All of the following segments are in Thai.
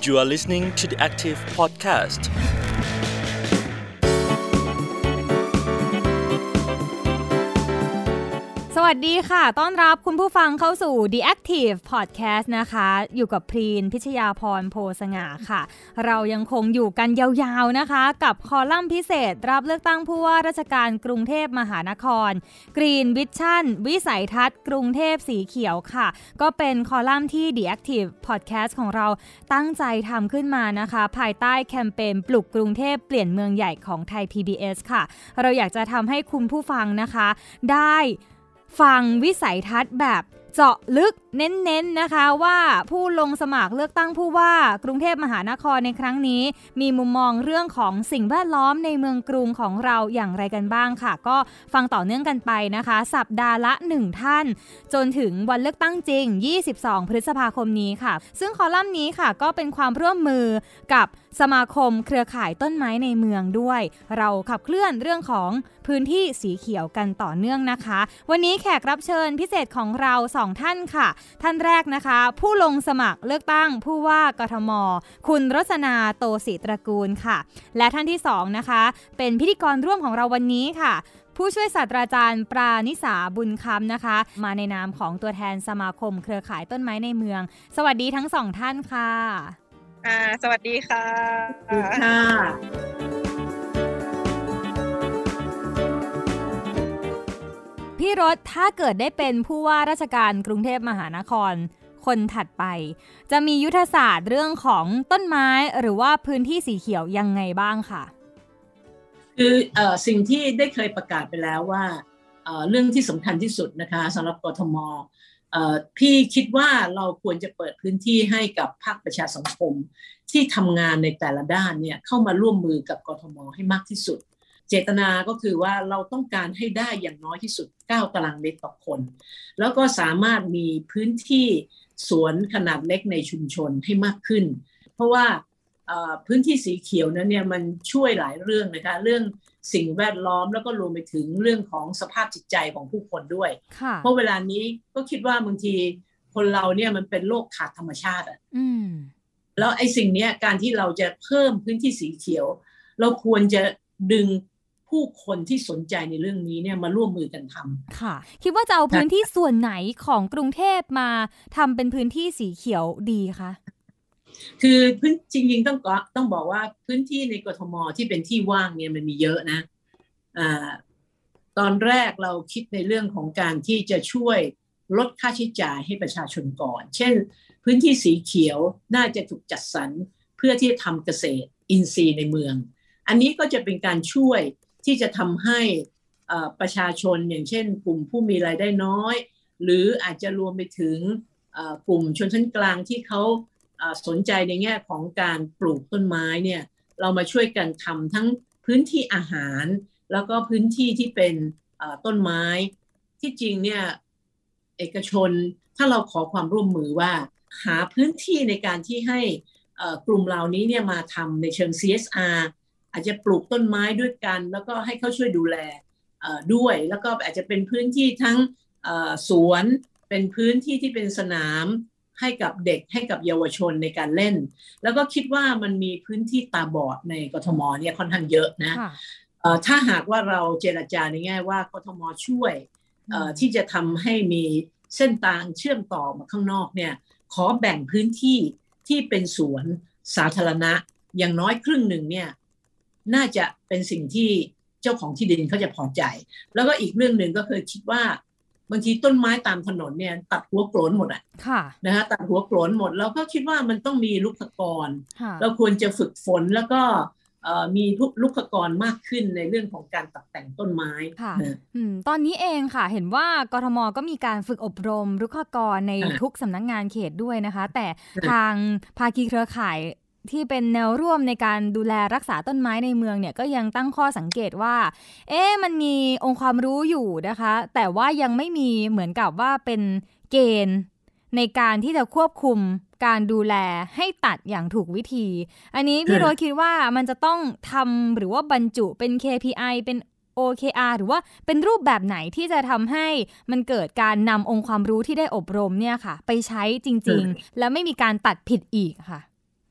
You are listening to the Active Podcast. สวัสดีค่ะต้อนรับคุณผู้ฟังเข้าสู่ The Active Podcast นะคะอยู่กับพรีนพิชยาพรโพสง่าค่ะเรายังคงอยู่กันยาวๆนะคะกับคอลัมน์พิเศษรับเลือกตั้งผู้ว่าราชการกรุงเทพมหานคร Green Vision วิสัยทัศน์กรุงเทพสีเขียวค่ะก็เป็นคอลัมน์ที่ The Active Podcast ของเราตั้งใจทำขึ้นมานะคะภายใต้แคมเปญปลุกกรุงเทพเปลี่ยนเมืองใหญ่ของไทย PBS ค่ะเราอยากจะทำให้คุณผู้ฟังนะคะได้ฟังวิสัยทัศน์แบบเจาะลึกเน้นๆนะคะว่าผู้ลงสมัครเลือกตั้งผู้ว่ากรุงเทพมหานครในครั้งนี้มีมุมมองเรื่องของสิ่งแวดล้อมในเมืองกรุงของเราอย่างไรกันบ้างค่ะก็ฟังต่อเนื่องกันไปนะคะสัปดาห์ละ1ท่านจนถึงวันเลือกตั้งจริง22พฤษภาคมนี้ค่ะซึ่งคอลัมน์นี้ค่ะก็เป็นความร่วมมือกับสมาคมเครือข่ายต้นไม้ในเมืองด้วยเราขับเคลื่อนเรื่องของพื้นที่สีเขียวกันต่อเนื่องนะคะวันนี้แขกรับเชิญพิเศษของเรา2ท่านค่ะท่านแรกนะคะผู้ลงสมัครเลือกตั้งผู้ว่ากทมคุณรสนาโตศิตระกูลค่ะและท่านที่2นะคะเป็นพิธีกรร่วมของเราวันนี้ค่ะผู้ช่วยศาสตราจารย์ปราณิสาบุญคำนะคะมาในนามของตัวแทนสมาคมเครือข่ายต้นไม้ในเมืองสวัสดีทั้ง2ท่านค่ะสวัสดีค่ะพี่รถถ้าเกิดได้เป็นผู้ว่าราชการกรุงเทพมหานครคนถัดไปจะมียุทธศาสตร์เรื่องของต้นไม้หรือว่าพื้นที่สีเขียวยังไงบ้างค่ะคือสิ่งที่ได้เคยประกาศไปแล้วว่าเรื่องที่สำคัญที่สุดนะคะสำหรับกทมพี่คิดว่าเราควรจะเปิดพื้นที่ให้กับภาคประชาสังคมที่ทำงานในแต่ละด้านเนี่ยเข้ามาร่วมมือกับกทมให้มากที่สุดเจตนาก็คือว่าเราต้องการให้ได้อย่างน้อยที่สุด9ตารางเมตรต่อคนแล้วก็สามารถมีพื้นที่สวนขนาดเล็กในชุมชนให้มากขึ้นเพราะว่าพื้นที่สีเขียวนั้นเนี่ยมันช่วยหลายเรื่องนะคะเรื่องสิ่งแวดล้อมแล้วก็รวมไปถึงเรื่องของสภาพจิตใจของผู้คนด้วยเพราะเวลานี้ก็คิดว่าบางทีคนเราเนี่ยมันเป็นโรคขาดธรรมชาติแล้วไอ้สิ่งนี้การที่เราจะเพิ่มพื้นที่สีเขียวเราควรจะดึงผู้คนที่สนใจในเรื่องนี้เนี่ยมาร่วมมือกันทำค่ะคิดว่าจะเอาพื้นที่ส่วนไหนของกรุงเทพมาทำเป็นพื้นที่สีเขียวดีคะคือจริงๆต้องบอกว่าพื้นที่ในกทมที่เป็นที่ว่างเนี่ยมันมีเยอะนะตอนแรกเราคิดในเรื่องของการที่จะช่วยลดค่าใช้จ่ายให้ประชาชนก่อนเช่นพื้นที่สีเขียวน่าจะถูกจัดสรรเพื่อที่จะทำเกษตรอินทรีย์ในเมืองอันนี้ก็จะเป็นการช่วยที่จะทำให้ประชาชนอย่างเช่นกลุ่มผู้มีรายได้น้อยหรืออาจจะรวมไปถึงกลุ่มชนชั้นกลางที่เขาสนใจในแง่ของการปลูกต้นไม้เนี่ยเรามาช่วยกันทำทั้งพื้นที่อาหารแล้วก็พื้นที่ที่เป็นต้นไม้ที่จริงเนี่ยเอกชนถ้าเราขอความร่วมมือว่าหาพื้นที่ในการที่ให้กลุ่มเหล่านี้เนี่ยมาทำในเชิง CSR อาจจะปลูกต้นไม้ด้วยกันแล้วก็ให้เขาช่วยดูแลด้วยแล้วก็อาจจะเป็นพื้นที่ทั้งสวนเป็นพื้นที่ที่เป็นสนามให้กับเด็กให้กับเยาวชนในการเล่นแล้วก็คิดว่ามันมีพื้นที่ตาบอดในกทมเนี่ยค่อนข้างเยอะนะถ้าหากว่าเราเจรจาในแง่ว่ากทมช่วยที่จะทำให้มีเส้นทางเชื่อมต่อมาข้างนอกเนี่ยขอแบ่งพื้นที่ที่เป็นสวนสาธารณะอย่างน้อยครึ่งหนึ่งเนี่ยน่าจะเป็นสิ่งที่เจ้าของที่ดินเขาจะพอใจแล้วก็อีกเรื่องหนึ่งก็คือคิดว่าบางทีต้นไม้ตามถนนเนี่ยตัดหัวโกรนหมดนะคะตัดหัวโกรนหมดแล้วก็คิดว่ามันต้องมีลูกขกรเราควรจะฝึกฝนแล้วก็มีลูกขกรมากขึ้นในเรื่องของการตัดแต่งต้นไม้ค่ะตอนนี้เองค่ะเห็นว่ากทมก็มีการฝึกอบรมลูกขกรในทุกสำนักงานเขตด้วยนะคะแต่ทางภาคีเครือข่ายที่เป็นแนวร่วมในการดูแลรักษาต้นไม้ในเมืองเนี่ยก็ยังตั้งข้อสังเกตว่ามันมีองค์ความรู้อยู่นะคะแต่ว่ายังไม่มีเหมือนกับว่าเป็นเกณฑ์ในการที่จะควบคุมการดูแลให้ตัดอย่างถูกวิธีอันนี้พี่โรจน์คิดว่ามันจะต้องทำหรือว่าบรรจุเป็น KPI เป็น OKR หรือว่าเป็นรูปแบบไหนที่จะทำให้มันเกิดการนำองค์ความรู้ที่ได้อบรมเนี่ยค่ะไปใช้จริงๆแล้วไม่มีการตัดผิดอีกค่ะ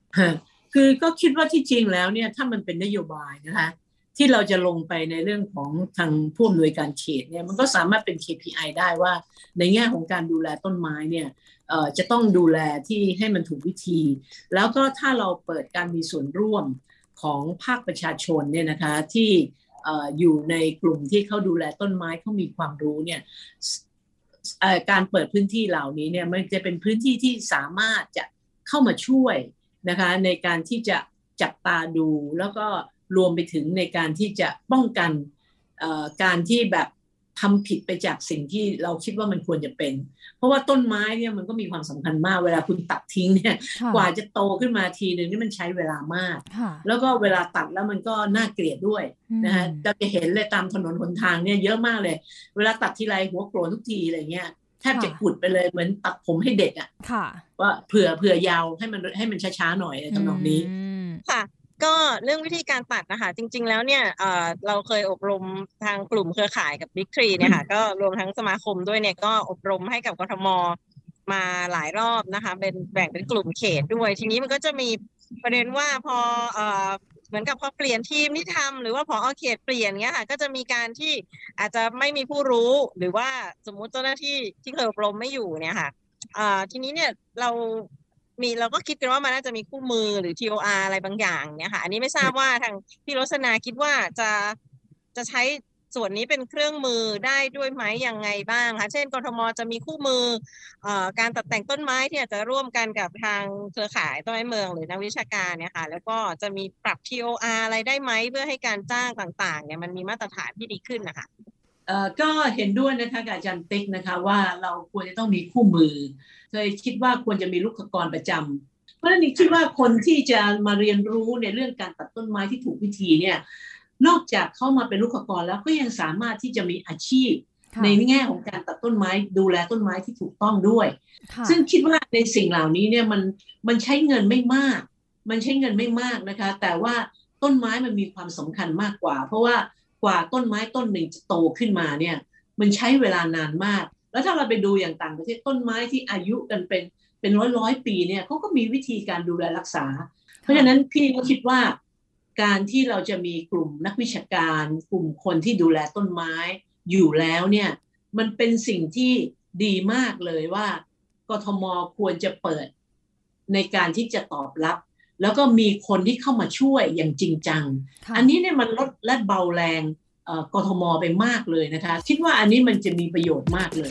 คือก็คิดว่าที่จริงแล้วเนี่ยถ้ามันเป็นนโยบายนะคะที่เราจะลงไปในเรื่องของทางผู้อำนวยการเขตเนี่ยมันก็สามารถเป็น KPI ได้ว่าในแง่ของการดูแลต้นไม้เนี่ยจะต้องดูแลที่ให้มันถูกวิธีแล้วก็ถ้าเราเปิดการมีส่วนร่วมของภาคประชาชนเนี่ยนะคะที่อยู่ในกลุ่มที่เขาดูแลต้นไม้เขามีความรู้เนี่ยการเปิดพื้นที่เหล่านี้เนี่ยมันจะเป็นพื้นที่ที่สามารถจะเข้ามาช่วยนะคะในการที่จะจับตาดูแล้วก็รวมไปถึงในการที่จะป้องกันการที่แบบทำผิดไปจากสิ่งที่เราคิดว่ามันควรจะเป็นเพราะว่าต้นไม้เนี่ยมันก็มีความสำคัญมากเวลาคุณตัดทิ้งเนี่ยกว่าจะโตขึ้นมาทีนึงนี่มันใช้เวลามากแล้วก็เวลาตัดแล้วมันก็น่าเกลียดด้วยนะคะเราจะเห็นเลยตามถนนหนทางเนี่ยเยอะมากเลยเวลาตัดทีไรหัวโกรธทุกทีอะไรเงี้ยแทบจะกุดไปเลยเหมือนตัดผมให้เด็กอ่ะว่าเผื่อยาวให้มันช้าๆหน่อยทำนองนี้ค่ะก็เรื่องวิธีการตัดนะคะจริงๆแล้วเนี่ยเราเคยอบรมทางกลุ่มเครือข่ายกับ Big Tree เนี่ยค่ะก็รวมทั้งสมาคมด้วยเนี่ยก็อบรมให้กับกทมมาหลายรอบนะคะเป็นแบ่งเป็นกลุ่มเขตด้วยทีนี้มันก็จะมีประเด็นว่าพอเหมือนกับพอเปลี่ยนทีมที่ทำหรือว่าพอเขตเปลี่ยนเงี้ยค่ะก็จะมีการที่อาจจะไม่มีผู้รู้หรือว่าสมมุติเจ้าหน้าที่ที่เคยอบรมไม่อยู่เนี่ยค่ะทีนี้เนี่ยเราก็คิดกันว่ามันน่าจะมีคู่มือหรือ TOR อะไรบางอย่างเนี่ยค่ะอันนี้ไม่ทราบว่าทางพี่รสนาคิดว่าจะใช้ส่วนนี้เป็นเครื่องมือได้ด้วยไหมยังไงบ้างคะเช่นกทมจะมีคู่มือการตัดแต่งต้นไม้ที่อาจจะร่วมกันกับทางเครือข่ายต้นไม้เมืองหรือนักวิชาการเนี่ยค่ะแล้วก็จะมีปรับ TOR อะไรได้ไหมเพื่อให้การจ้างต่างๆเนี่ยมันมีมาตรฐานที่ดีขึ้นนะคะก็เห็นด้วยนะคะกับอาจารย์ติ๊กนะคะว่าเราควรจะต้องมีคู่มือเคยคิดว่าควรจะมีลูกกรประจำเพราะฉะนั้นคิดว่าคนที่จะมาเรียนรู้ในเรื่องการตัดต้นไม้ที่ถูกวิธีเนี่ยนอกจากเข้ามาเป็นลูกกรแล้วก็ยังสามารถที่จะมีอาชีพในแง่ของการตัดต้นไม้ดูแลต้นไม้ที่ถูกต้องด้วยซึ่งคิดว่าในสิ่งเหล่านี้เนี่ยมันใช้เงินไม่มากนะคะแต่ว่าต้นไม้มันมีความสำคัญมากกว่าเพราะว่ากว่าต้นไม้ต้นหนึ่งจะโตขึ้นมาเนี่ยมันใช้เวลานานมากแล้วถ้าเราไปดูอย่างต่างประเทศต้นไม้ที่อายุกันเป็นร้อยปีเนี่ยเขาก็มีวิธีการดูแลรักษาเพราะฉะนั้นพี่ก็คิดว่าการที่เราจะมีกลุ่มนักวิชาการกลุ่มคนที่ดูแลต้นไม้อยู่แล้วเนี่ยมันเป็นสิ่งที่ดีมากเลยว่ากทมควรจะเปิดในการที่จะตอบรับแล้วก็มีคนที่เข้ามาช่วยอย่างจริงจังอันนี้เนี่ยมันลดและเบาแรงกทมไปมากเลยนะคะคิดว่าอันนี้มันจะมีประโยชน์มากเลย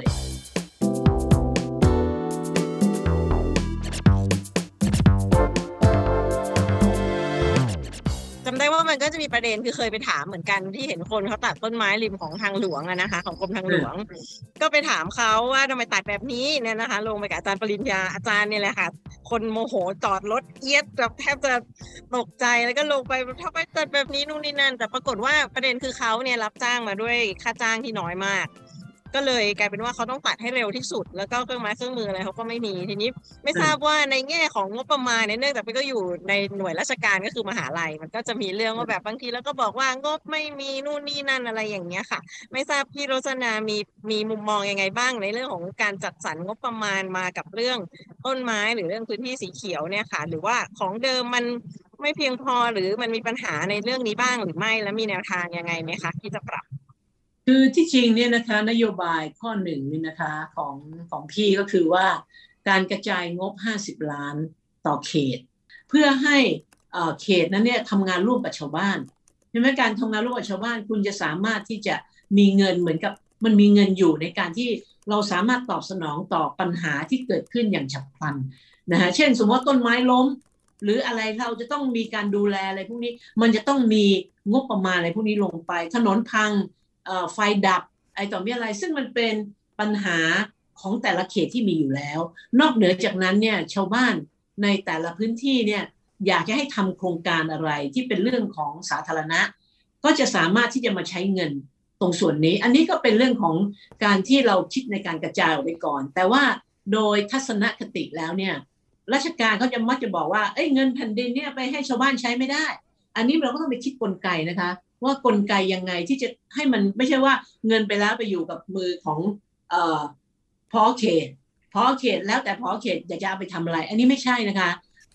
จำได้ว่ามันก็จะมีประเด็นคือเคยไปถามเหมือนกันที่เห็นคนเขาตัดต้นไม้ริมของทางหลวงนะคะของกรมทางหลวงก็ไปถามเขาว่าทำไมตัดแบบนี้เนี่ยนะคะลงไปกับอาจารย์ปริญญาอาจารย์เนี่ยแหละค่ะคนโมโหจอดรถเอียดแบบแทบจะตกใจแล้วก็ลงไปทำไมตัดแบบนี้นู่นนี่นั่นแต่ปรากฏว่าประเด็นคือเขาเนี่ยรับจ้างมาด้วยค่าจ้างที่น้อยมากก็เลยกลายเป็นว่าเขาต้องตัดให้เร็วที่สุดแล้วก็เครื่องไม้เครื่องมืออะไรเขาก็ไม่มีทีนี้ไม่ทราบว่าในแง่ของงบประมาณเนี่ยเนื่องจากก็อยู่ในหน่วยราชการก็คือมหาลัยมันก็จะมีเรื่องว่าแบบบางทีแล้วก็บอกว่างบไม่มีนู่นนี่นั่นอะไรอย่างเงี้ยค่ะไม่ทราบพี่รสนามีมุมมองยังไงบ้างในเรื่องของการจัดสรรงบประมาณมากับเรื่องต้นไม้หรือเรื่องพื้นที่สีเขียวเนี่ยค่ะหรือว่าของเดิมมันไม่เพียงพอหรือมันมีปัญหาในเรื่องนี้บ้างหรือไม่และมีแนวทางยังไงไหมคะที่จะปรับคือที่จริงเนี่ยนะคะนโยบายข้อหนึ่งนี่นะคะของพี่ก็คือว่าการกระจายงบ50 ล้านต่อเขตเพื่อให้เขตนั้นเนี่ยทำงานร่วมกับชาวบ้านใช่ไหมการทำงานร่วมกับชาวบ้านคุณจะสามารถที่จะมีเงินเหมือนกับมันมีเงินอยู่ในการที่เราสามารถตอบสนองต่อปัญหาที่เกิดขึ้นอย่างฉับพลันนะฮะเช่นสมมติว่าต้นไม้ล้มหรืออะไรเราจะต้องมีการดูแลอะไรพวกนี้มันจะต้องมีงบประมาณอะไรพวกนี้ลงไปถนนพังไฟดับไอ้ต่อมีอะไรซึ่งมันเป็นปัญหาของแต่ละเขตที่มีอยู่แล้วนอกเหนือจากนั้นเนี่ยชาวบ้านในแต่ละพื้นที่เนี่ยอยากจะให้ทำโครงการอะไรที่เป็นเรื่องของสาธารณะก็จะสามารถที่จะมาใช้เงินตรงส่วนนี้อันนี้ก็เป็นเรื่องของการที่เราคิดในการกระจายออกไปก่อนแต่ว่าโดยทัศนคติแล้วเนี่ยราชการเขาจะมักจะบอกว่าเงินแผ่นดินเนี่ยไปให้ชาวบ้านใช้ไม่ได้อันนี้เราก็ต้องไปคิดกลไกนะคะว่ากลไกยังไงที่จะให้มันไม่ใช่ว่าเงินไปแล้วไปอยู่กับมือของผอ.เขตแล้วแต่ผอ.เขตอยากจะเอาไปทำอะไรอันนี้ไม่ใช่นะคะ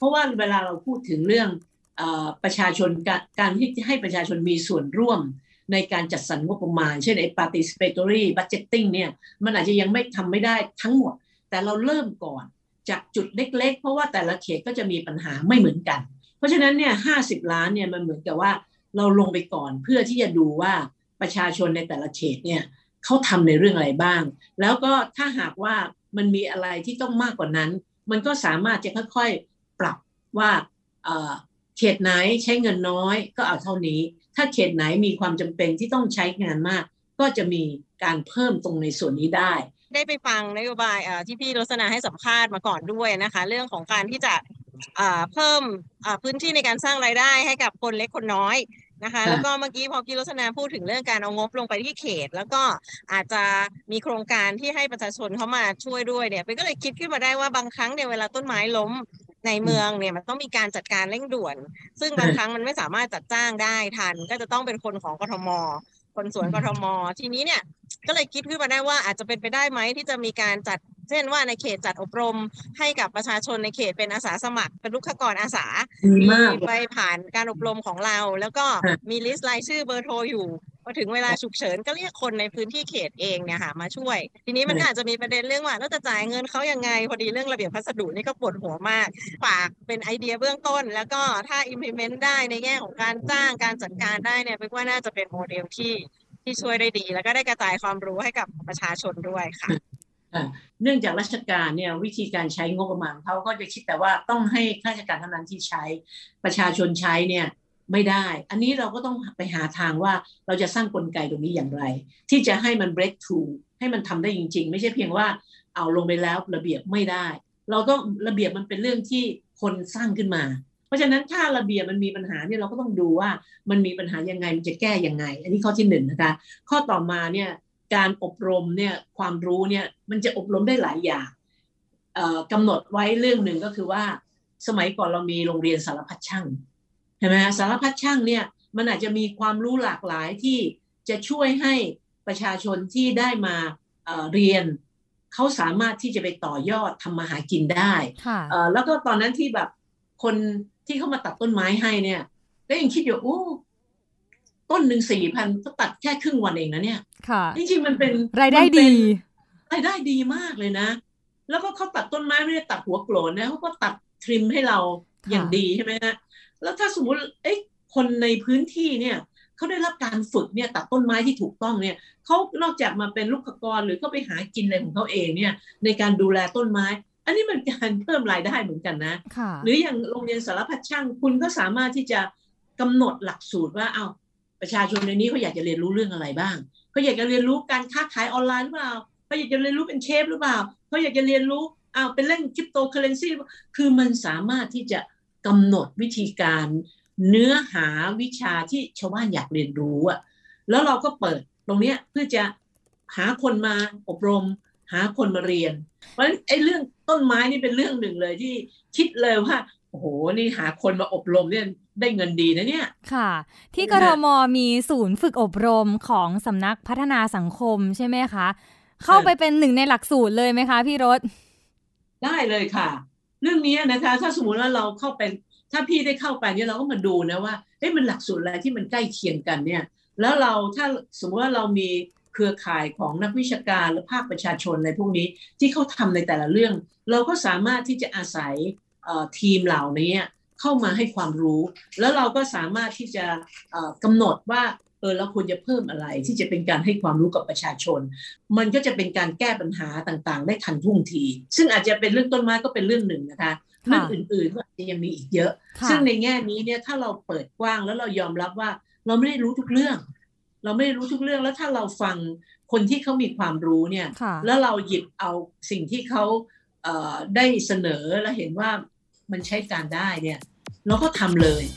เพราะว่าเวลาเราพูดถึงเรื่องประชาชนการที่ให้ประชาชนมีส่วนร่วมในการจัดสรรงบประมาณเช่นไอ้ participatory budgeting เนี่ยมันอาจจะยังไม่ทำไม่ได้ทั้งหมดแต่เราเริ่มก่อนจากจุดเล็กๆเพราะว่าแต่ละเขตก็จะมีปัญหาไม่เหมือนกันเพราะฉะนั้นเนี่ย50 ล้านเนี่ยมันเหมือนกับว่าเราลงไปก่อนเพื่อที่จะดูว่าประชาชนในแต่ละเขตเนี่ยเขาทำในเรื่องอะไรบ้างแล้วก็ถ้าหากว่ามันมีอะไรที่ต้องมากกว่านั้นมันก็สามารถจะค่อยๆปรับว่าเขตไหนใช้เงินน้อยก็เอาเท่านี้ถ้าเขตไหนมีความจำเป็นที่ต้องใช้งานมากก็จะมีการเพิ่มตรงในส่วนนี้ได้ไปฟังนโยบายที่พี่รสนาให้สัมภาษณ์มาก่อนด้วยนะคะเรื่องของการที่จะเพิ่มพื้นที่ในการสร้างรายได้ให้กับคนเล็กคนน้อยนะคะแล้วก็เมื่อกี้พอพี่รสนาพูดถึงเรื่องการเอางบลงไปที่เขตแล้วก็อาจจะมีโครงการที่ให้ประชาชนเข้ามาช่วยด้วยเนี่ยก็เลยคิดขึ้นมาได้ว่าบางครั้งเนี่ยเวลาต้นไม้ล้มในเมืองเนี่ยมันต้องมีการจัดการเร่งด่วนซึ่งบางครั้งมันไม่สามารถจัดจ้างได้ทันก็จะต้องเป็นคนของกทม.คนสวนกทม.ทีนี้เนี่ยก็เลยคิดขึ้นมาได้ว่าอาจจะเป็นไปได้ไหมที่จะมีการจัดเช่นว่าในเขตจัดอบรมให้กับประชาชนในเขตเป็นอาสาสมัครเป็นลูกค้ากรอาสามีไปผ่านการอบรมของเราแล้วก็มีลิสต์รายชื่อเบอร์โทรอยู่พอถึงเวลาฉุกเฉินก็เรียกคนในพื้นที่เขตเองเนี่ยค่ะมาช่วยทีนี้มันอาจจะมีประเด็นเรื่องว่าเราจะจ่ายเงินเขายังไงพอดีเรื่องระเบียบพัสดุนี่ก็ปวดหัวมากฝากเป็นไอเดียเบื้องต้นแล้วก็ถ้า implement ได้ในแง่ของการจ้างการจัดการได้เนี่ยว่าน่าจะเป็นโมเดลที่ช่วยได้ดีแล้วก็ได้กระจายความรู้ให้กับประชาชนด้วยค่ะเนื่องจากราชการเนี่ยวิธีการใช้งบประมาณเขาก็จะคิดแต่ว่าต้องให้ข้าราชการเท่านั้นที่ใช้ประชาชนใช้เนี่ยไม่ได้อันนี้เราก็ต้องไปหาทางว่าเราจะสร้างกลไกตรงนี้อย่างไรที่จะให้มัน break through ให้มันทำได้จริงๆไม่ใช่เพียงว่าเอาลงไปแล้วระเบียบไม่ได้เราต้องระเบียบมันเป็นเรื่องที่คนสร้างขึ้นมาเพราะฉะนั้นถ้าระเบียบมันมีปัญหาเนี่ยเราก็ต้องดูว่ามันมีปัญหายังไงมันจะแก้ยังไงอันนี้ข้อที่1นะคะข้อต่อมาเนี่ยการอบรมเนี่ยความรู้เนี่ยมันจะอบรมได้หลายอย่างกำหนดไว้เรื่องหนึ่งก็คือว่าสมัยก่อนเรามีโรงเรียนสารพัดช่างใช่ไหมสารพัดช่างเนี่ยมันอาจจะมีความรู้หลากหลายที่จะช่วยให้ประชาชนที่ได้มาเรียนเขาสามารถที่จะไปต่อยอดทำมาหากินได้แล้วก็ตอนนั้นที่แบบคนที่เขามาตัดต้นไม้ให้เนี่ยก็ยังคิดอยู่โอ้ต้นหนึ่ง 4,000 ก็ตัดแค่ครึ่งวันเองนะเนี่ยจริงๆมันเป็นรายได้ดีมากเลยนะแล้วก็เขาตัดต้นไม้ไม่ได้ตัดหัวโกรนนะเขาก็ตัดทริมให้เราอย่างดีใช่ไหมฮะแล้วถ้าสมมติคนในพื้นที่เนี่ยเขาได้รับการฝึกเนี่ยตัดต้นไม้ที่ถูกต้องเนี่ยเขานอกจากมาเป็นลูกค้ากรหรือเขาไปหากินอะไรของเขาเองเนี่ยในการดูแลต้นไม้อันนี้มันการเพิ่มรายได้เหมือนกันนะหรืออย่างโรงเรียนสารพัดช่างคุณก็สามารถที่จะกำหนดหลักสูตรว่าประชาชนในนี้เขาอยากจะเรียนรู้เรื่องอะไรบ้างเขาอยากจะเรียนรู้การค้าขายออนไลน์หรือเปล่าเขาอยากจะเรียนรู้เป็นเชฟหรือเปล่าเขาอยากจะเรียนรู้เป็นเล่นคริปโตเคอเรนซีคือมันสามารถที่จะกำหนดวิธีการเนื้อหาวิชาที่ชาวบ้านอยากเรียนรู้แล้วเราก็เปิดตรงนี้เพื่อจะหาคนมาอบรมหาคนมาเรียนเพราะฉะนั้นเรื่องต้นไม้นี่เป็นเรื่องหนึ่งเลยที่คิดเลยว่าโอ้โหนี่หาคนมาอบรมเนี่ยได้เงินดีนะเนี่ยค่ะที่กทม.มีศูนย์ฝึกอบรมของสำนักพัฒนาสังคมใช่ไหมคะเข้าไปเป็นหนึ่งในหลักสูตรเลยไหมคะพี่รสได้เลยค่ะเรื่องนี้นะคะถ้าสมมติว่าเราเข้าไปถ้าพี่ได้เข้าไปเนี่ยเราก็มาดูนะว่ามันหลักสูตรอะไรที่มันใกล้เคียงกันเนี่ยแล้วเราถ้าสมมติว่าเรามีเครือข่ายของนักวิชาการและภาคประชาชนในพวกนี้ที่เขาทำในแต่ละเรื่องเราก็สามารถที่จะอาศัยทีมเหล่านี้เข้ามาให้ความรู้แล้วเราก็สามารถที่จะกำหนดว่าเราควรจะเพิ่มอะไรที่จะเป็นการให้ความรู้กับประชาชนมันก็จะเป็นการแก้ปัญหาต่างๆได้ทันท่วงทีซึ่งอาจจะเป็นเรื่องต้นไม้ก็เป็นเรื่องหนึ่งนะคะเรื่องอื่นๆก็อาจจะยังมีอีกเยอะซึ่งในแง่นี้เนี่ยถ้าเราเปิดกว้างแล้วเรายอมรับว่าเราไม่ได้รู้ทุกเรื่องแล้วถ้าเราฟังคนที่เขามีความรู้เนี่ยแล้วเราหยิบเอาสิ่งที่เขาได้เสนอและเห็นว่ามันใช้การได้เนี่ยเราก็ทำเลย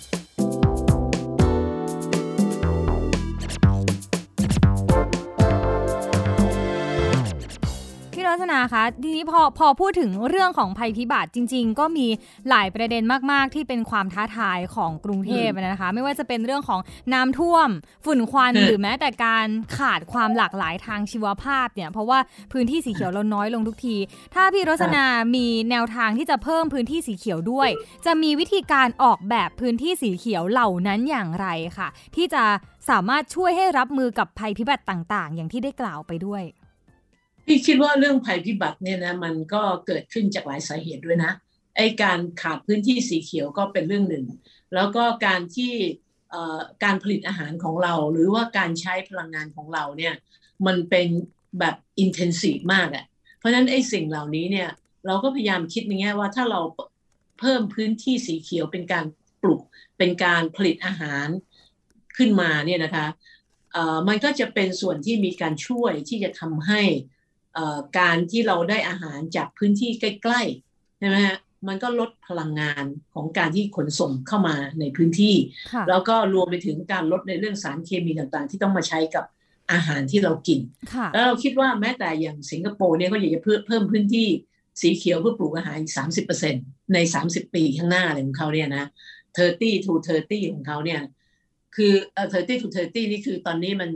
พี่รลักษณะคะทีนี้พอพูดถึงเรื่องของภัยพิบัติจริงๆก็มีหลายประเด็นมากๆที่เป็นความท้าทายของกรุงเทพนะคะไม่ว่าจะเป็นเรื่องของน้ำท่วมฝุ่นควันหรือแม้แต่การขาดความหลากหลายทางชีวภาพเนี่ยเพราะว่าพื้นที่สีเขียวเราน้อยลงทุกทีถ้าพี่รสนามีแนวทางที่จะเพิ่มพื้นที่สีเขียวด้วยจะมีวิธีการออกแบบพื้นที่สีเขียวเหล่านั้นอย่างไรค่ะที่จะสามารถช่วยให้รับมือกับภัยพิบัติต่างๆอย่างที่ได้กล่าวไปด้วยพี่คิดว่าเรื่องภัยพิบัติเนี่ยนะมันก็เกิดขึ้นจากหลายสาเหตุด้วยนะไอ้การขาดพื้นที่สีเขียวก็เป็นเรื่องหนึ่งแล้วก็การที่การผลิตอาหารของเราหรือว่าการใช้พลังงานของเราเนี่ยมันเป็นแบบอินเทนซีฟมากอ่ะเพราะฉะนั้นไอ้สิ่งเหล่านี้เนี่ยเราก็พยายามคิดในแง่ว่าถ้าเราเพิ่มพื้นที่สีเขียวเป็นการปลูกเป็นการผลิตอาหารขึ้นมาเนี่ยนะคะมันก็จะเป็นส่วนที่มีการช่วยที่จะทำให้การที่เราได้อาหารจากพื้นที่ใกล้ๆใช่ไหมฮะมันก็ลดพลังงานของการที่ขนส่งเข้ามาในพื้นที่แล้วก็รวมไปถึงการลดในเรื่องสารเคมีต่างๆที่ต้องมาใช้กับอาหารที่เรากินแล้วเราคิดว่าแม้แต่อย่างสิงคโปร์เนี่ยก็อยากจะเพิ่มพื้นที่สีเขียวเพื่อปลูกอาหารอีก 30% ใน30 ปีข้างหน้าอะไรของเขาเนี่ยนะ30 to 30ของเขาเนี่ยคือ30 to 30นี่คือตอนนี้มัน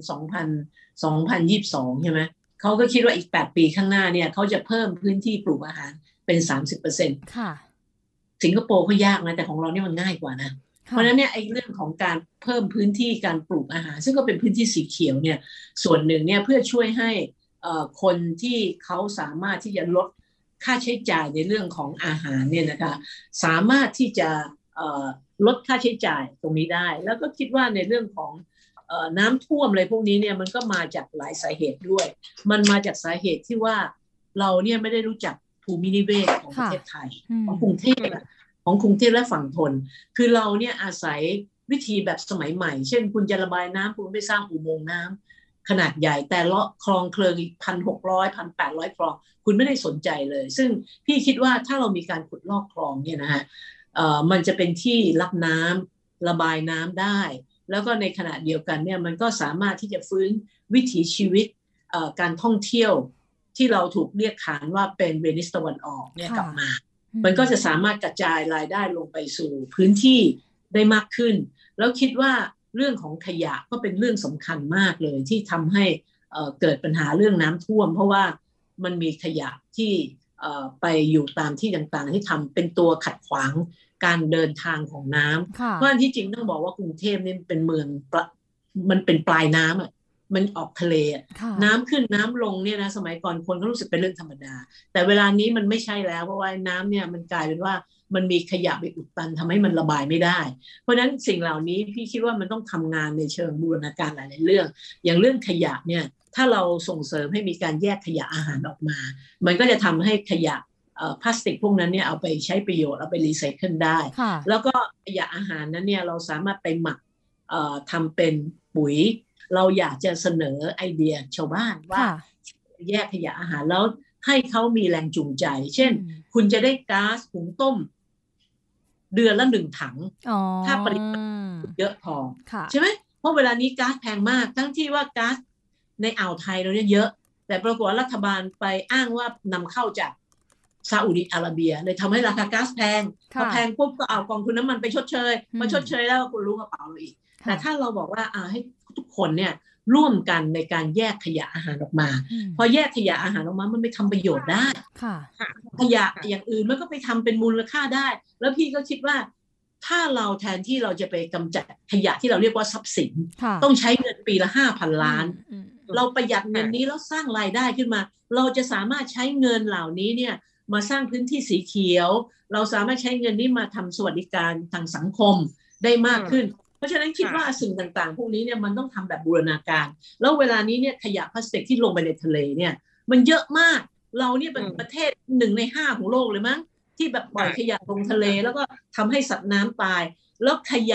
2022ใช่ไหมเขาก็คิดว่าอีก8 ปีข้างหน้าเนี่ยเขาจะเพิ่มพื้นที่ปลูกอาหารเป็น 30% ค่ะสิงคโปร์ก็ยากนะแต่ของเราเนี่ยมันง่ายกว่านะเพราะฉะนั้นเนี่ยไอ้เรื่องของการเพิ่มพื้นที่การปลูกอาหารซึ่งก็เป็นพื้นที่สีเขียวเนี่ยส่วนหนึ่งเนี่ยเพื่อช่วยให้คนที่เขาสามารถที่จะลดค่าใช้จ่ายในเรื่องของอาหารเนี่ยนะคะสามารถที่จะลดค่าใช้จ่ายตรงนี้ได้แล้วก็คิดว่าในเรื่องของน้ำท่วมอะไรพวกนี้เนี่ยมันก็มาจากหลายสาเหตุด้วยมันมาจากสาเหตุที่ว่าเราเนี่ยไม่ได้รู้จักภูมินิเวศของประเทศไทยของกรุงเทพและฝั่งทนคือเราเนี่ยอาศัยวิธีแบบสมัยใหม่เช่นคุณจะระบายน้ำคุณไปสร้างอุโมงค์น้ำขนาดใหญ่แต่ละคลองเคลิงอีก 1,600 1,800 คลองคุณไม่ได้สนใจเลยซึ่งพี่คิดว่าถ้าเรามีการขุดลอกคลองเนี่ยนะฮะมันจะเป็นที่รับน้ำระบายน้ำได้แล้วก็ในขณะเดียวกันเนี่ยมันก็สามารถที่จะฟื้นวิถีชีวิตการท่องเที่ยวที่เราถูกเรียกขานว่าเป็นเวนิสตะวันออกเนี่ยกลับมามันก็จะสามารถกระจายรายได้ลงไปสู่พื้นที่ได้มากขึ้นแล้วคิดว่าเรื่องของขยะก็เป็นเรื่องสำคัญมากเลยที่ทำให้เกิดปัญหาเรื่องน้ำท่วมเพราะว่ามันมีขยะที่ไปอยู่ตามที่ต่างๆที่ทำเป็นตัวขัดขวางการเดินทางของน้ำเพราะที่จริงต้องบอกว่ากรุงเทพนี่เป็นเมืองมันเป็นปลายน้ำอ่ะมันออกทะเลน้ำขึ้นน้ำลงเนี่ยนะสมัยก่อนคนก็รู้สึกเป็นเรื่องธรรมดาแต่เวลานี้มันไม่ใช่แล้วเพราะว่าน้ำเนี่ยมันกลายเป็นว่ามันมีขยะไปอุดตันทำให้มันระบายไม่ได้เพราะฉะนั้นสิ่งเหล่านี้พี่คิดว่ามันต้องทำงานในเชิงบูรณาการหลายๆเรื่องอย่างเรื่องขยะเนี่ยถ้าเราส่งเสริมให้มีการแยกขยะอาหารออกมามันก็จะทำให้ขยะพลาสติกพวกนั้นเนี่ยเอาไปใช้ประโยชน์เอาไปรีไซเคิลได้แล้วก็ขยะอาหารนั้นเนี่ยเราสามารถไปหมักทำเป็นปุ๋ยเราอยากจะเสนอไอเดียชาวบ้านว่าแยกขยะอาหารแล้วให้เขามีแรงจูงใจเช่นคุณจะได้ก๊าซหุงต้มเดือนละ1 ถังถ้าปริมาณเยอะพอใช่ไหมเพราะเวลานี้ก๊าซแพงมากทั้งที่ว่าก๊าซในอ่าวไทยเราเนี่ยเยอะแต่ปรากฏว่ารัฐบาลไปอ้างว่านำเข้าจากซาอุดิอาระเบียเลยทำให้ราคาก๊าซแพงพอแพงปุ๊บก็เอากองทุนน้ำมันไปชดเชยมาชดเชยแล้วคุณรู้กระเป๋าเราอีกแต่ถ้าเราบอกว่าให้ทุกคนเนี่ยร่วมกันในการแยกขยะอาหารออกมาพอแยกขยะอาหารออกมามันไปทำประโยชน์ได้ขยะอย่างอื่นมันก็ไปทำเป็นมูลค่าได้แล้วพี่ก็คิดว่าถ้าเราแทนที่เราจะไปกำจัดขยะที่เราเรียกว่าทรัพย์สินต้องใช้เงินปีละ 5,000 ล้านเราประหยัดเงินนี้แล้วสร้างรายได้ขึ้นมาเราจะสามารถใช้เงินเหล่านี้เนี่ยมาสร้างพื้นที่สีเขียวเราสามารถใช้เงินนี้มาทำสวัสดิการทางสังคมได้มากขึ้นเพราะฉะนั้นคิดว่าสิ่งต่างๆพวกนี้เนี่ยมันต้องทำแบบบูรณาการแล้วเวลานี้เนี่ยขยะพลาสติกที่ลงไปในทะเลเนี่ยมันเยอะมากเราเนี่ยเป็นประเทศ1 ใน 5ของโลกเลยมั้งที่แบบปล่อยขยะลงทะเลแล้วก็ทำให้สัตว์น้ำตายแล้วขยะ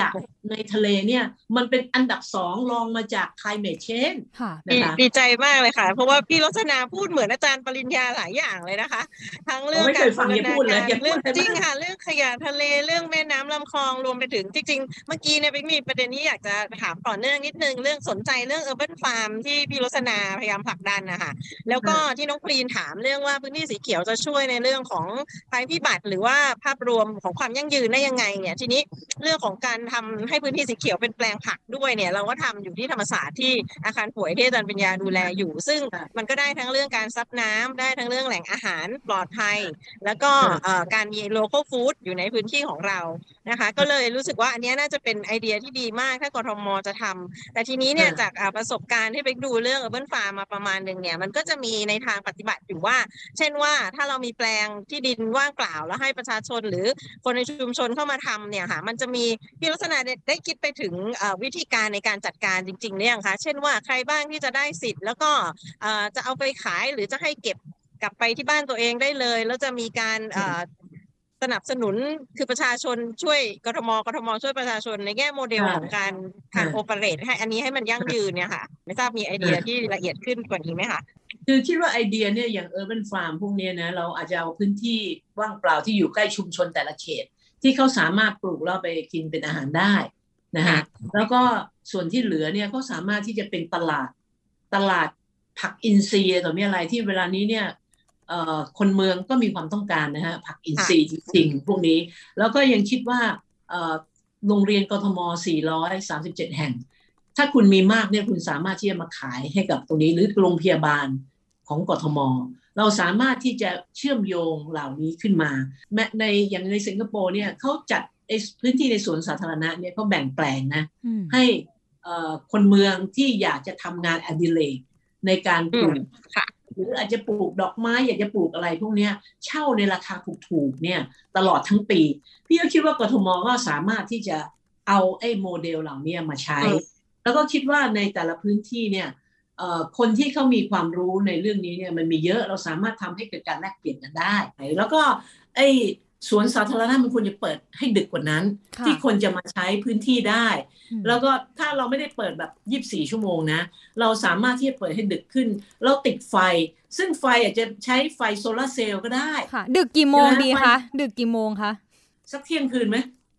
ในทะเลเนี่ยมันเป็นอันดับ2รองมาจาก climate change นะคะดีใจมากเลยค่ะเพราะว่าพี่รสนาพูดเหมือนอาจารย์ปริญญาหลายอย่างเลยนะคะทั้งเรื่องการพัฒนาการเรื่องจริงค่ะเรื่องขยะทะเลเรื่องแม่น้ำลำคลองรวมไปถึงจริงๆเมื่อกี้เนี่ยปิ๊กมีประเด็นนี้อยากจะถามต่อเนื่องนิดนึงเรื่องสนใจเรื่อง Urban Farm ที่พี่รสนาพยายามผลักดันนะคะแล้วก็ที่น้องพรีนถามเรื่องว่าพื้นที่สีเขียวจะช่วยในเรื่องของภัยพิบัติหรือว่าภาพรวมของความยั่งยืนได้ยังไงเนี่ยทีนี้เรื่องของการทำให้พื้นที่สีเขียวเป็นแปลงผักด้วยเนี่ยเราก็ทำอยู่ที่ธรรมศาสตร์ที่อาคารป่วยที่อาจารย์ปัญญาดูแลอยู่ซึ่งมันก็ได้ทั้งเรื่องการซับน้ำได้ทั้งเรื่องแหล่งอาหารปลอดภัยแล้วก็การมี local food อยู่ในพื้นที่ของเรานะคะก็เลยรู้สึกว่าอันนี้น่าจะเป็นไอเดียที่ดีมากถ้ากทมจะทำแต่ทีนี้เนี่ยจากประสบการณ์ที่ไปดูเรื่อง Urban Farm มาประมาณนึงเนี่ยมันก็จะมีในทางปฏิบัติอยู่ว่าเช่นว่าถ้าเรามีแปลงที่ดินว่างเปล่าแล้วให้ประชาชนหรือคนในชุมชนเข้ามาทำเนี่ยค่ะมันจะมีพี่ลักษณะได้คิดไปถึงวิธีการในการจัดการจริงๆเนี่ยค่ะเช่นว่าใครบ้างที่จะได้สิทธิ์แล้วก็จะเอาไปขายหรือจะให้เก็บกลับไปที่บ้านตัวเองได้เลยแล้วจะมีการสนับสนุนคือประชาชนช่วยกทมช่วยประชาชนในแง่โมเดลของการโอเปเรตให้อันนี้ให้มันยั่งยืนเนี่ยค่ะไม่ทราบมีไอเดียที่ละเอียดขึ้นกว่านี้ไหมคะคือคิดว่าไอเดียเนี่ยอย่าง Urban Farm พวกนี้นะเราอาจจะเอาพื้นที่ว่างเปล่าที่อยู่ใกล้ชุมชนแต่ละเขตที่เขาสามารถปลูกแล้วไปกินเป็นอาหารได้นะฮะแล้วก็ส่วนที่เหลือเนี่ยเขาสามารถที่จะเป็นตลาดผักอินทรีย์ต่อมีอะไรที่เวลานี้เนี่ยคนเมืองก็มีความต้องการนะฮะผักอินทรีย์จริงๆพวกนี้แล้วก็ยังคิดว่าโรงเรียนกทม437แห่งถ้าคุณมีมากเนี่ยคุณสามารถที่จะมาขายให้กับตรงนี้หรือโรงพยาบาลของกทมเราสามารถที่จะเชื่อมโยงเหล่านี้ขึ้นมาแม้อย่างในสิงคโปร์เนี่ยเขาจัดพื้นที่ในสวนสาธารณะเนี่ยเขาแบ่งแปลงนะให้คนเมืองที่อยากจะทำงานอดิเรกในการปลูกหรืออาจจะปลูกดอกไม้อยากจะปลูกอะไรพวกนี้เช่าในราคาถูกๆเนี่ยตลอดทั้งปีพี่ก็คิดว่ากทมก็สามารถที่จะเอาไอ้โมเดลเหล่านี้มาใช้แล้วก็คิดว่าในแต่ละพื้นที่เนี่ยคนที่เขามีความรู้ในเรื่องนี้เนี่ยมันมีเยอะเราสามารถทำให้เกิดการแลกเปลี่ยนกันได้แล้วก็ไอ้สวนสาธารณะมันควรจะเปิดให้ดึกกว่านั้นที่คนจะมาใช้พื้นที่ได้แล้วก็ถ้าเราไม่ได้เปิดแบบ24ชั่วโมงนะเราสามารถที่จะเปิดให้ดึกขึ้นเราติดไฟซึ่งไฟอาจจะใช้ไฟโซลาร์เซลล์ก็ได้ค่ะดึกกี่โมงดีคะดึกกี่โมงคะสักเที่ยงคืนไหม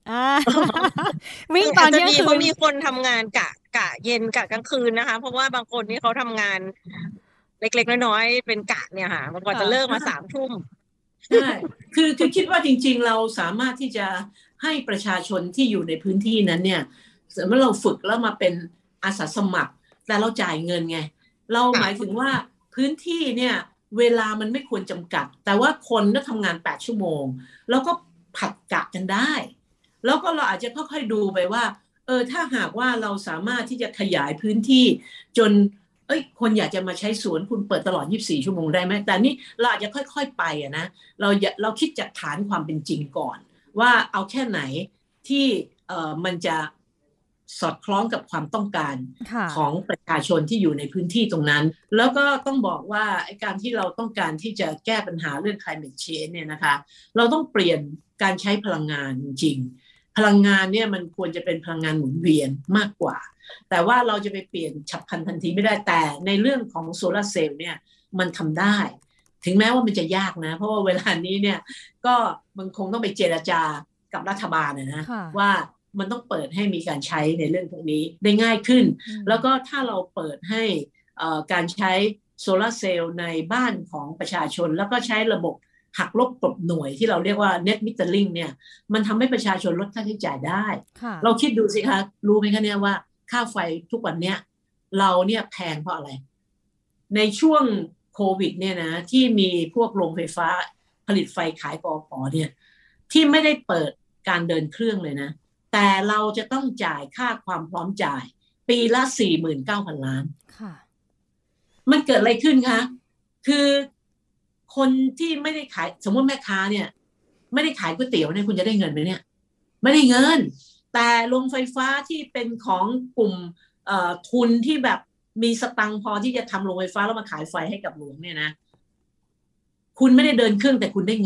วิ่งตอนเที่ยงคืนเขามีคนทำงานกะเย็นกะกลางคืนนะคะเพราะว่าบางคนนี่เขาทำงานเล็กๆน้อยๆเป็นกะเนี่ยค่ะมันกว่าจะเลิกมา3 ทุ่มใช่คือคิดว่าจริงๆเราสามารถที่จะให้ประชาชนที่อยู่ในพื้นที่นั้นเนี่ยเมื่อเราฝึกแล้วมาเป็นอาสาสมัครแต่เราจ่ายเงินไงเราหมายถึงว่าพื้นที่เนี่ยเวลามันไม่ควรจำกัดแต่ว่าคนก็ทำงาน8ชั่วโมงแล้วก็ผัดกะกันได้แล้วก็เราอาจจะค่อยๆดูไปว่าถ้าหากว่าเราสามารถที่จะขยายพื้นที่จนคนอยากจะมาใช้สวนคุณเปิดตลอด24ชั่วโมงได้ไหมแต่นี่เราอาจจะค่อยๆไปนะเราคิดจากฐานความเป็นจริงก่อนว่าเอาแค่ไหนที่มันจะสอดคล้องกับความต้องการของประชาชนที่อยู่ในพื้นที่ตรงนั้นแล้วก็ต้องบอกว่าการที่เราต้องการที่จะแก้ปัญหาเรื่อง climate change เนี่ยนะคะเราต้องเปลี่ยนการใช้พลังงานจริงพลังงานเนี่ยมันควรจะเป็นพลังงานหมุนเวียนมากกว่าแต่ว่าเราจะไปเปลี่ยนฉับพลันทันทีไม่ได้แต่ในเรื่องของโซลาร์เซลล์เนี่ยมันทำได้ถึงแม้ว่ามันจะยากนะเพราะว่าเวลานี้เนี่ยก็มันคงต้องไปเจรจากับรัฐบาลนะว่ามันต้องเปิดให้มีการใช้ในเรื่องพวกนี้ได้ง่ายขึ้นแล้วก็ถ้าเราเปิดให้การใช้โซลาร์เซลล์ในบ้านของประชาชนแล้วก็ใช้ระบบหักลบกลบหน่วยที่เราเรียกว่า net metering เนี่ยมันทำให้ประชาชนลดค่าใช้จ่ายได้เราคิดดูสิคะรู้ไหมคะเนี่ยว่าค่าไฟทุกวันเนี้ยเราเนี่ยแพงเพราะอะไรในช่วงโควิดเนี่ยนะที่มีพวกโรงไฟฟ้าผลิตไฟขายกฟ.เนี่ยที่ไม่ได้เปิดการเดินเครื่องเลยนะแต่เราจะต้องจ่ายค่าความพร้อมจ่ายปีละ 49,000 ล้านมันเกิดอะไรขึ้นคะคือคนที่ไม่ได้ขายสมมติแม่ค้าเนี่ยไม่ได้ขายก๋วยเตี๋ยวเนี่ยคุณจะได้เงินไหมเนี่ยไม่ได้เงินแต่โรงไฟฟ้าที่เป็นของกลุ่มทุนที่แบบมีสตังค์พอที่จะทำโรงไฟฟ้าแล้วมาขายไฟให้กับหลวงเนี่ยนะคุณไม่ได้เดินเครื่องแต่คุณได้เงินอ่ะ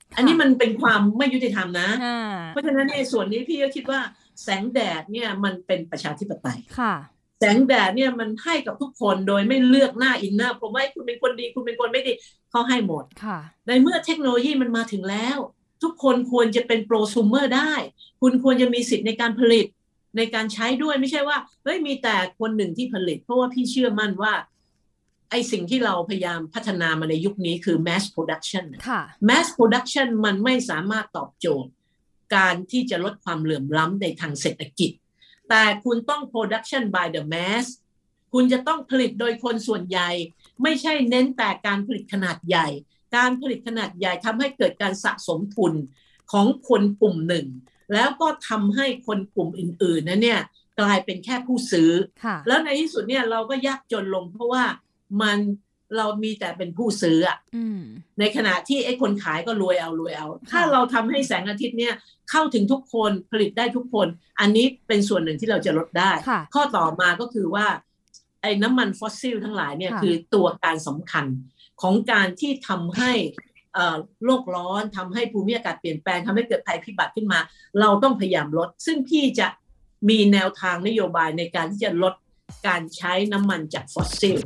อันนี้มันเป็นความไม่ยุติธรรมนะเพราะฉะนั้นในส่วนนี้พี่ก็คิดว่าแสงแดดเนี่ยมันเป็นประชาธิปไตยแสงแดดเนี่ยมันให้กับทุกคนโดยไม่เลือกหน้าอินหน้าผมว่าคุณเป็นคนดีคุณเป็นคนไม่ดีเขาให้หมดในเมื่อเทคโนโลยีมันมาถึงแล้วทุกคนควรจะเป็นโปรซูเมอร์ได้คุณควรจะมีสิทธิ์ในการผลิตในการใช้ด้วยไม่ใช่ว่าเฮ้ยมีแต่คนหนึ่งที่ผลิตเพราะว่าพี่เชื่อมั่นว่าไอสิ่งที่เราพยายามพัฒนามาในยุคนี้คือ mass production mass production มันไม่สามารถตอบโจทย์การที่จะลดความเหลื่อมล้ำในทางเศรษฐกิจแต่คุณต้อง production by the mass คุณจะต้องผลิตโดยคนส่วนใหญ่ไม่ใช่เน้นแต่การผลิตขนาดใหญ่การผลิตขนาดใหญ่ทำให้เกิดการสะสมทุนของคนกลุ่มหนึ่งแล้วก็ทำให้คนกลุ่มอื่นๆนั้นเนี่ยกลายเป็นแค่ผู้ซื้อแล้วในที่สุดเนี่ยเราก็ยากจนลงเพราะว่าเรามีแต่เป็นผู้ซื้อในขณะที่ไอ้คนขายก็รวยเอาถ้าเราทำให้แสงอาทิตย์เนี่ยเข้าถึงทุกคนผลิตได้ทุกคนอันนี้เป็นส่วนหนึ่งที่เราจะลดได้ข้อต่อมาก็คือว่าไอ้น้ำมันฟอสซิลทั้งหลายเนี่ยคือตัวการสำคัญของการที่ทำให้โลกร้อนทำให้ภูมิอากาศเปลี่ยนแปลงทำให้เกิดภัยพิบัติขึ้นมาเราต้องพยายามลดซึ่งพี่จะมีแนวทางนโยบายในการที่จะลดการใช้น้ำมันจากฟอสซิล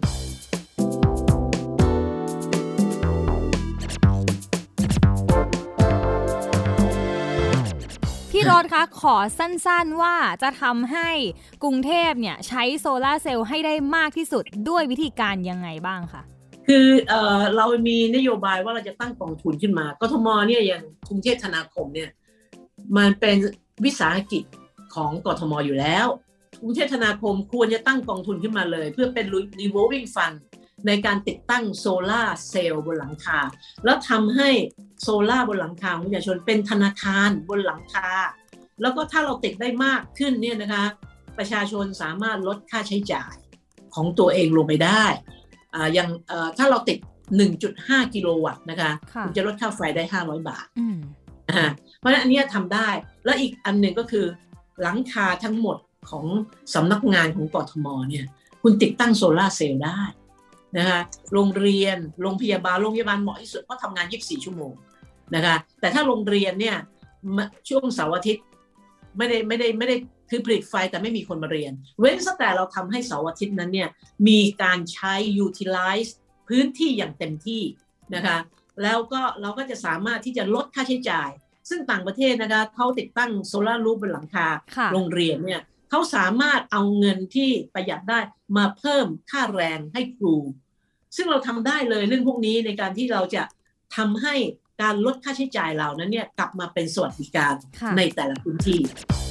พี่รถคะขอสั้นๆว่าจะทำให้กรุงเทพเนี่ยใช้โซลาร์เซลล์ให้ได้มากที่สุดด้วยวิธีการยังไงบ้างคะคือเรามีนโยบายว่าเราจะตั้งกองทุนขึ้นมากทมเนี่ยอย่างกรุงเทพธนาคมเนี่ยมันเป็นวิสาหกิจของกทมอยู่แล้วกรุงเทพธนาคมควรจะตั้งกองทุนขึ้นมาเลยเพื่อเป็น revolving fund ในการติดตั้งโซลาร์เซลล์บนหลังคาแล้วทำให้โซลาร์บนหลังคาของประชาชนเป็นธนาคารบนหลังคาแล้วก็ถ้าเราติดได้มากขึ้นเนี่ยนะคะประชาชนสามารถลดค่าใช้จ่ายของตัวเองลงไปได้อย่างถ้าเราติด 1.5 กิโลวัตต์นะคะคุณจะลดค่าไฟได้500 บาทเพราะฉะนั้นอันนี้ทำได้แล้วอีกอันหนึ่งก็คือหลังคาทั้งหมดของสำนักงานของกทมเนี่ยคุณติดตั้งโซลาร์เซลล์ได้นะคะโรงเรียนโรงพยาบาลเหมาะที่สุดเพราะทำงาน24 ชั่วโมงนะคะแต่ถ้าโรงเรียนเนี่ยช่วงเสาร์อาทิตย์ไม่ได้คือผลิตไฟแต่ไม่มีคนมาเรียนเว้นแต่เราทำให้เสาร์อาทิตย์นั้นเนี่ยมีการใช้ utilize พื้นที่อย่างเต็มที่นะคะแล้วก็เราก็จะสามารถที่จะลดค่าใช้จ่ายซึ่งต่างประเทศนะคะเขาติดตั้งโซลาร์รูฟบนหลังคาโรงเรียนเนี่ยเขาสามารถเอาเงินที่ประหยัดได้มาเพิ่มค่าแรงให้ครูซึ่งเราทำได้เลยเรื่องพวกนี้ในการที่เราจะทำให้การลดค่าใช้จ่ายเหล่านั้นเนี่ยกลับมาเป็นสวัสดิการในแต่ละพื้นที่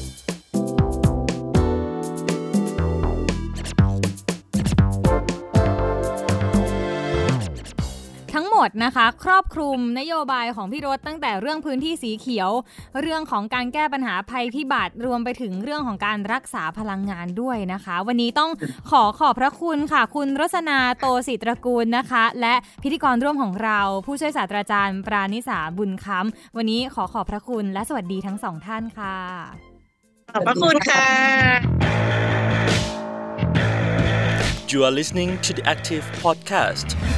ทั้งหมดนะคะครอบคลุมนโยบายของพี่รถตั้งแต่เรื่องพื้นที่สีเขียวเรื่องของการแก้ปัญหาภัยพิบัติรวมไปถึงเรื่องของการรักษาพลังงานด้วยนะคะวันนี้ต้องขอบพระคุณค่ะคุณรสนาโตศิตรกูลนะคะและพิธีกรร่วมของเราผู้ช่วยศาสตราจารย์ปราณิสาบุญค้ำวันนี้ขอบพระคุณและสวัสดีทั้งสองท่านค่ะขอบพระคุณค่ะ You are listening to the Active Podcast